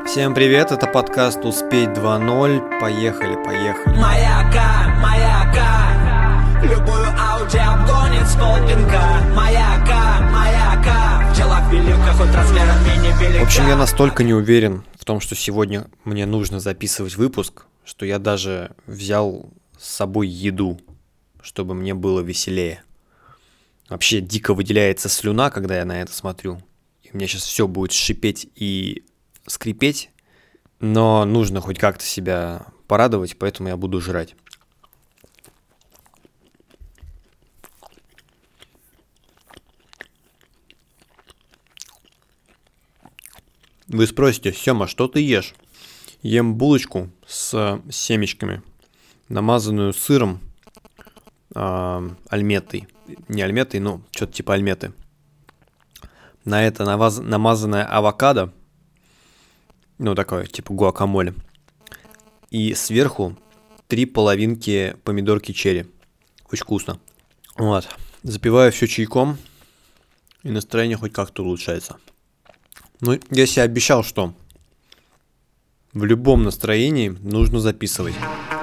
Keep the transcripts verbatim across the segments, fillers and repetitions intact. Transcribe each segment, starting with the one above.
Всем привет, это подкаст «Успеть два ноль». Поехали, поехали. Маяка, маяка, любую Ауди обгонит с полпинка. Маяка, маяка, пчела в пилюках от размеров мини-велика. В общем, я настолько не уверен в том, что сегодня мне нужно записывать выпуск, что я даже взял с собой еду, чтобы мне было веселее. Вообще дико выделяется слюна, когда я на это смотрю. И у меня сейчас все будет шипеть и скрипеть, но нужно хоть как-то себя порадовать, поэтому я буду жрать. Вы спросите: Сёма, что ты ешь? Ем булочку с семечками, намазанную сыром, э, альметтой. Не альметтой, но что-то типа альметы. На это наваз... намазанное авокадо, ну такое, типа гуакамоле. И сверху три половинки помидорки черри. Очень вкусно. Вот. Запиваю все чайком, и настроение хоть как-то улучшается. Ну, я себе обещал, что в любом настроении нужно записывать.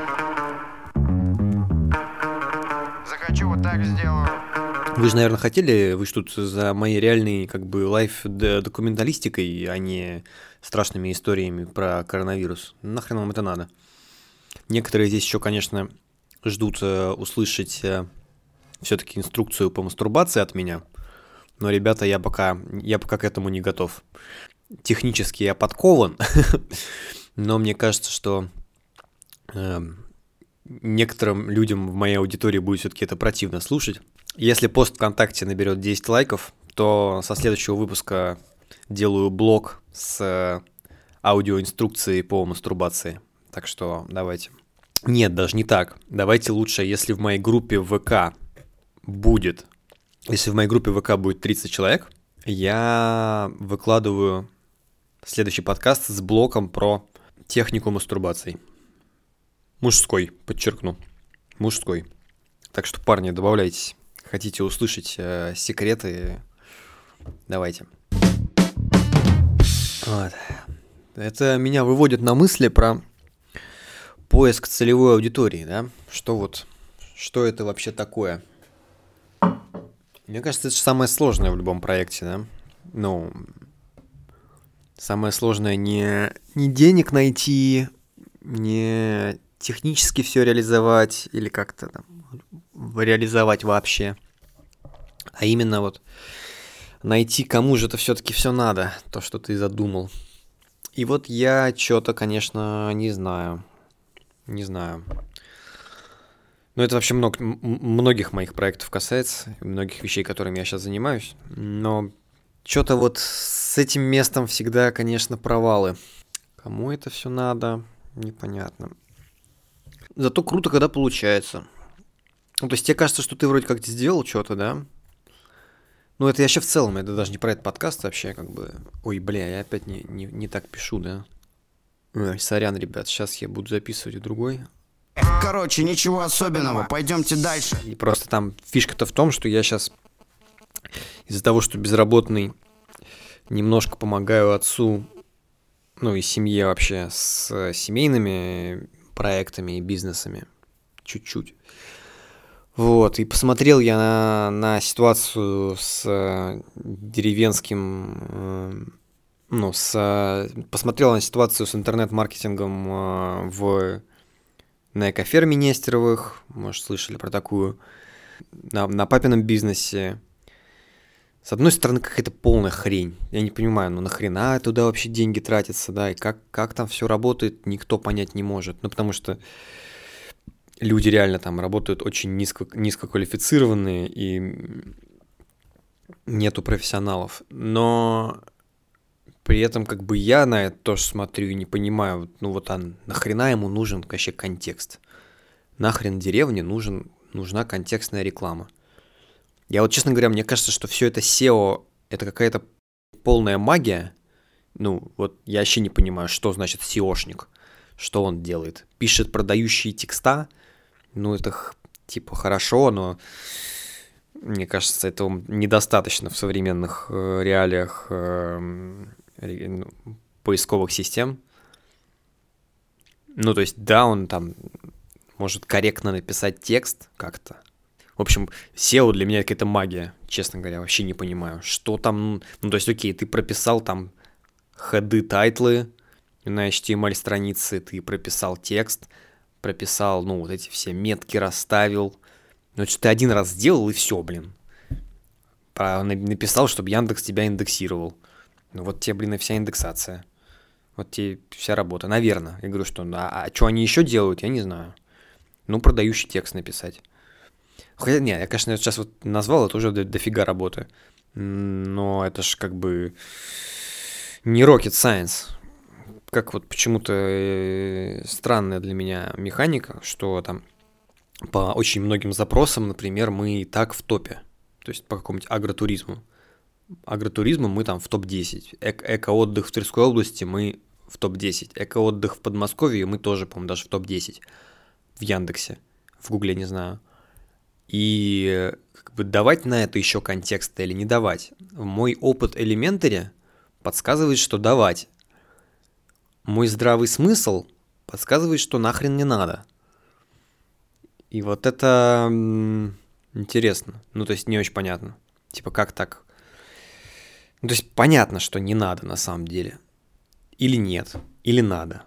Захочу, вот так сделаю. Вы же, наверное, хотели, вы же тут за моей реальной, как бы, лайф-документалистикой, а не страшными историями про коронавирус. Нахрен вам это надо? Некоторые здесь еще, конечно, ждут э, услышать э, все-таки инструкцию по мастурбации от меня. Но, ребята, я пока, я пока к этому не готов. Технически я подкован, но мне кажется, что э, некоторым людям в моей аудитории будет все-таки это противно слушать. Если пост ВКонтакте наберет десять лайков, то со следующего выпуска делаю блог с аудиоинструкцией по мастурбации. Так что давайте. Нет, даже не так. Давайте лучше, если в моей группе ВК будет, если в моей группе ВК будет тридцать человек, я выкладываю следующий подкаст с блоком про технику мастурбации. Мужской, подчеркну. Мужской. Так что, парни, добавляйтесь. Хотите услышать э, секреты? Давайте. Вот. Это меня выводит на мысли про поиск целевой аудитории, да? Что вот, что это вообще такое? Мне кажется, это же самое сложное в любом проекте, да? Ну, самое сложное не, не денег найти, не технически все реализовать или как-то там реализовать вообще, а именно вот найти, кому же это все-таки все надо, то, что ты задумал. И вот я что-то, конечно, не знаю, не знаю. Но это вообще много, многих моих проектов касается, многих вещей, которыми я сейчас занимаюсь. Но что-то вот с этим местом всегда, конечно, провалы. Кому это все надо, непонятно. Зато круто, когда получается. Ну, то есть тебе кажется, что ты вроде как сделал что-то, да? Ну, это я вообще в целом, это даже не про этот подкаст вообще, как бы... Ой, бля, я опять не, не, не так пишу, да? Ой, сорян, ребят, сейчас я буду записывать в другой. Короче, ничего особенного, пойдемте дальше. И просто там фишка-то в том, что я сейчас из-за того, что безработный, немножко помогаю отцу, ну и семье вообще, с семейными проектами и бизнесами. Чуть-чуть. Вот, и посмотрел я на, на ситуацию с деревенским, ну, с, посмотрел на ситуацию с интернет-маркетингом в, на экоферме Нестеровых, может, слышали про такую, на, на папином бизнесе. С одной стороны, какая-то полная хрень, я не понимаю, ну нахрена туда вообще деньги тратятся, да, и как, как там все работает, никто понять не может, ну, потому что люди реально там работают очень низко, низкоквалифицированные, и нету профессионалов. Но при этом как бы я на это тоже смотрю и не понимаю, ну вот а нахрена ему нужен вообще контекст? Нахрен деревне нужен, нужна контекстная реклама? Я вот, честно говоря, мне кажется, что все это сео – это какая-то полная магия. Ну вот я вообще не понимаю, что значит сеошник, что он делает. Пишет продающие текста. Ну, это типа хорошо, но мне кажется, этого недостаточно в современных э, реалиях э, э, поисковых систем. Ну, то есть, да, он там может корректно написать текст как-то. В общем, сео для меня какая-то магия, честно говоря, вообще не понимаю, что там... Ну, то есть, окей, ты прописал там хеды, тайтлы на эйч ти эм эль-страницы, ты прописал текст, прописал, ну, вот эти все метки расставил. Ну, это что ты один раз сделал, и все, блин. Написал, чтобы Яндекс тебя индексировал. Ну, вот тебе, блин, и вся индексация. Вот тебе вся работа, наверное. Я говорю, что, а, а что они еще делают, я не знаю. Ну, продающий текст написать. Хотя, не, я, конечно, сейчас вот назвал, это уже до, дофига работы. Но это ж как бы не rocket science. Как вот почему-то странная для меня механика, что там по очень многим запросам, например, мы и так в топе. То есть по какому-нибудь агротуризму. Агротуризму мы там в топ десять. Эко- эко-отдых в Тверской области мы в топ десять. Эко-отдых в Подмосковье мы тоже, по-моему, даже в топ десять. В Яндексе. В Гугле не знаю. И как бы давать на это еще контекста или не давать. Мой опыт Elementary подсказывает, что давать. Мой здравый смысл подсказывает, что нахрен не надо. И вот это м- интересно. Ну, то есть не очень понятно. Типа, как так? Ну, то есть понятно, что не надо на самом деле. Или нет. Или надо.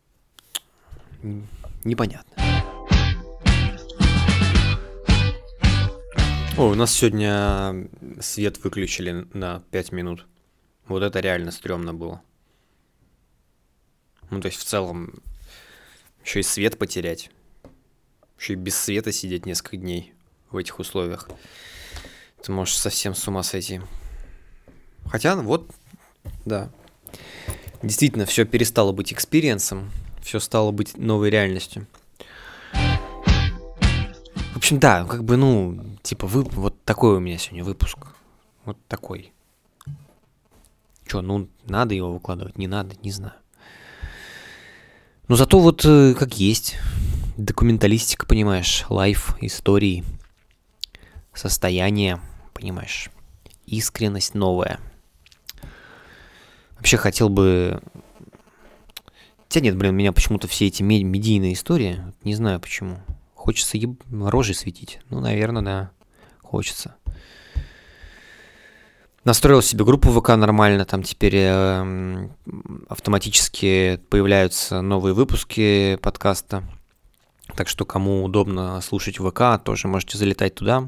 Непонятно. О, у нас сегодня свет выключили на пять минут. Вот это реально стрёмно было. Ну, то есть в целом еще и свет потерять. Еще и без света сидеть несколько дней в этих условиях. Ты можешь совсем с ума сойти. Хотя, вот, да. Действительно, все перестало быть экспириенсом. Все стало быть новой реальностью. В общем, да, как бы, ну, типа, вы, вот такой у меня сегодня выпуск. Вот такой. Че, ну, надо его выкладывать, не надо, не знаю. Но зато вот как есть. Документалистика, понимаешь, лайф, истории, состояние, понимаешь, искренность новая. Вообще хотел бы... Хотя нет, блин, меня почему-то все эти медийные истории, не знаю почему. Хочется еб... рожей светить. Ну, наверное, да, хочется. Настроил себе группу ВК нормально, там теперь э, автоматически появляются новые выпуски подкаста. Так что кому удобно слушать ВК, тоже можете залетать туда.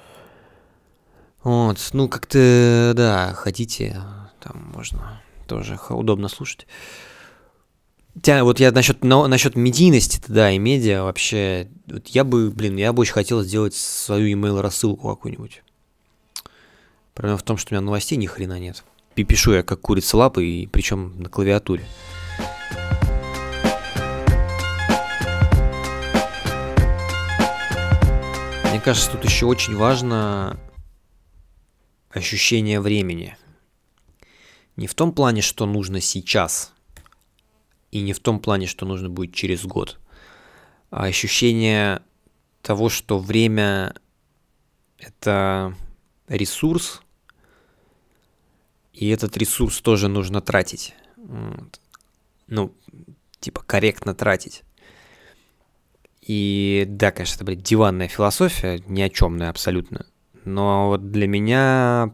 Вот, ну как-то, да, хотите, там можно тоже удобно слушать. Хотя вот я насчет, на, насчет медийности, да, и медиа вообще, вот я бы, блин, я бы очень хотел сделать свою email-рассылку какую-нибудь. Проблема в том, что у меня новостей ни хрена нет. Пишу я как курица лапы, и причем на клавиатуре. Мне кажется, тут еще очень важно ощущение времени. Не в том плане, что нужно сейчас, и не в том плане, что нужно будет через год, а ощущение того, что время — это ресурс, и этот ресурс тоже нужно тратить. Вот. Ну, типа корректно тратить. И да, конечно, это, блядь, диванная философия, ни о чёмная абсолютно. Но вот для меня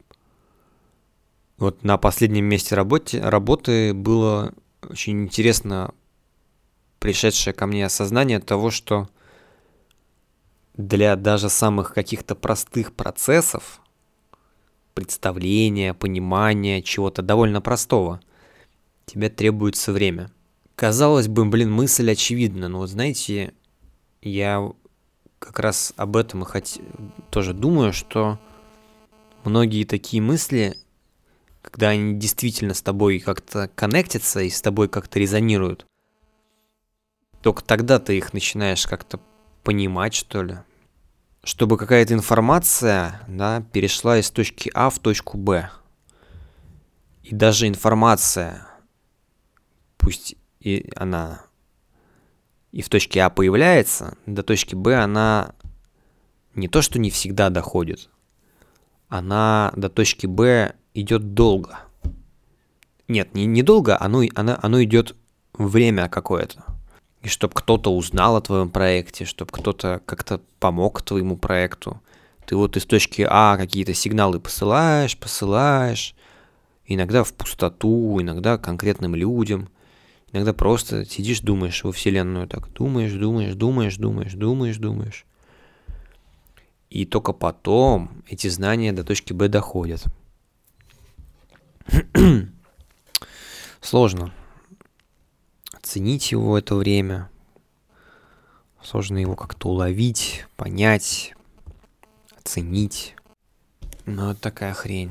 вот на последнем месте работы, работы было очень интересно пришедшее ко мне осознание того, что для даже самых каких-то простых процессов, представления, понимания чего-то довольно простого, тебе требуется время. Казалось бы, блин, мысль очевидна, но вот знаете, я как раз об этом и хот... тоже думаю, что многие такие мысли, когда они действительно с тобой как-то коннектятся и с тобой как-то резонируют, только тогда ты их начинаешь как-то понимать, что ли. Чтобы какая-то информация, да, перешла из точки А в точку Б. И даже информация, пусть и она и в точке А появляется, до точки Б она не то что не всегда доходит, она до точки Б идет долго. Нет, не, недолго, оно, оно, оно идет время какое-то. И чтобы кто-то узнал о твоем проекте, чтобы кто-то как-то помог твоему проекту. Ты вот из точки А какие-то сигналы посылаешь, посылаешь. Иногда в пустоту, иногда конкретным людям. Иногда просто сидишь, думаешь во Вселенную так. Думаешь, думаешь, думаешь, думаешь, думаешь, думаешь. И только потом эти знания до точки Б доходят. Сложно оценить его это время. Сложно его как-то уловить, понять, оценить. Ну, вот такая хрень.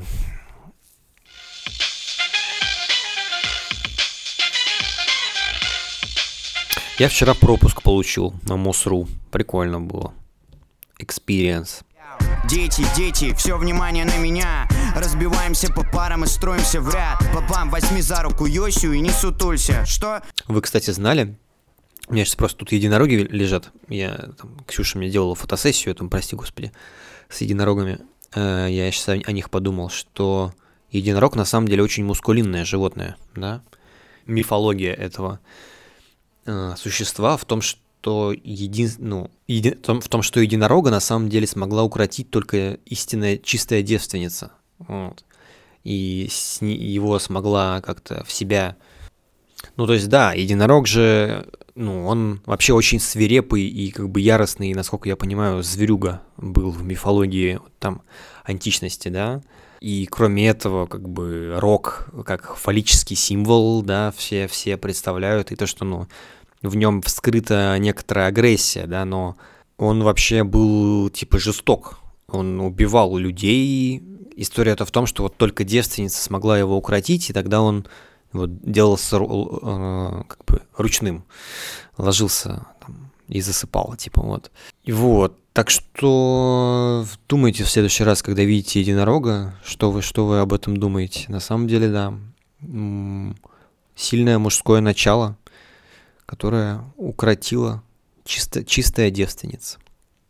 Я вчера пропуск получил на МОСРУ. Прикольно было. Experience. Дети, дети, все внимание на меня. Разбиваемся по парам и строимся в ряд. Бабам, возьми за руку Йосю и не сутулься. Что? Вы, кстати, знали? У меня сейчас просто тут единороги лежат. Я, там, Ксюша мне делала фотосессию, там, прости господи, с единорогами. Я сейчас о них подумал, что единорог на самом деле очень мускулинное животное, да? Мифология этого существа в том, что един... ну, еди... в том, что единорога на самом деле смогла укротить только истинная чистая девственница. Вот. И с... его смогла как-то в себя... Ну, то есть, да, единорог же, ну, он вообще очень свирепый и как бы яростный, насколько я понимаю, зверюга был в мифологии там античности, да. И кроме этого, как бы, рог как фаллический символ, да, все, все представляют, и то, что, ну, в нем вскрыта некоторая агрессия, да, но он вообще был, типа, жесток. Он убивал людей. История-то в том, что вот только девственница смогла его укротить, и тогда он вот делался э, как бы ручным, ложился там, и засыпал, типа, вот. И вот, так что думайте в следующий раз, когда видите единорога, что вы, что вы об этом думаете. На самом деле, да, сильное мужское начало, которая укротила чисто, чистая девственница.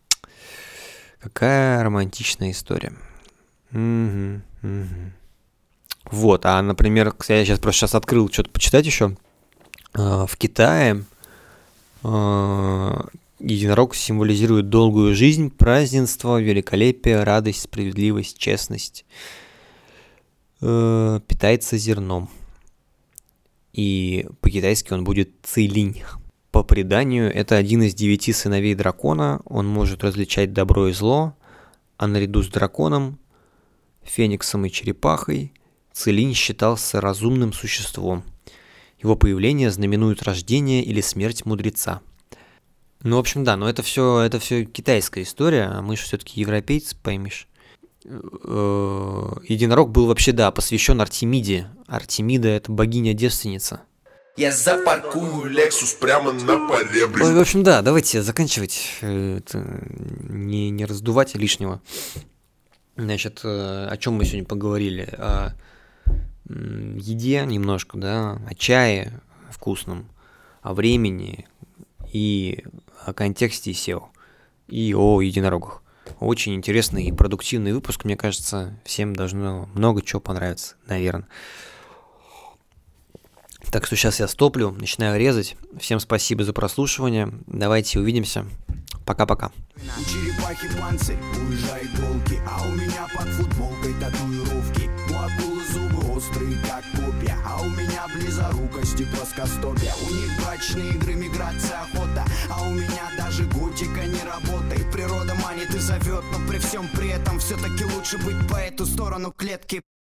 Какая романтичная история. Угу, угу. Вот, а, например, я сейчас просто сейчас открыл что-то почитать еще. В Китае единорог символизирует долгую жизнь, празднество, великолепие, радость, справедливость, честность. Питается зерном. И по-китайски он будет цилинь. По преданию, это один из девяти сыновей дракона. Он может различать добро и зло. А наряду с драконом, фениксом и черепахой, цилинь считался разумным существом. Его появление знаменует рождение или смерть мудреца. Ну, в общем, да, но это все, это все китайская история, а мы же все-таки европейцы, поймешь. Единорог был вообще, да, посвящен Артемиде. Артемида — это богиня-девственница. Я запаркую Лексус прямо на поребре. Ой, в общем, да, давайте заканчивать, это, не, не раздувать лишнего. Значит, о чем мы сегодня поговорили? О еде немножко, да, о чае вкусном, о времени и о контексте сео, и о единорогах. Очень интересный и продуктивный выпуск, мне кажется, всем должно много чего понравиться, наверное. Так что сейчас я стоплю, начинаю резать. Всем спасибо за прослушивание. Давайте увидимся. Пока-пока. У черепахи панцирь, у ежа иголки, а у меня под футболкой татуировки. У акулы зубы острые, как копья, а у меня близорукости плоскостопия. У них брачные игры, миграция, охота, а у меня даже готика не работает. Природа манит и зовет, но при всем при этом все-таки лучше быть по эту сторону клетки.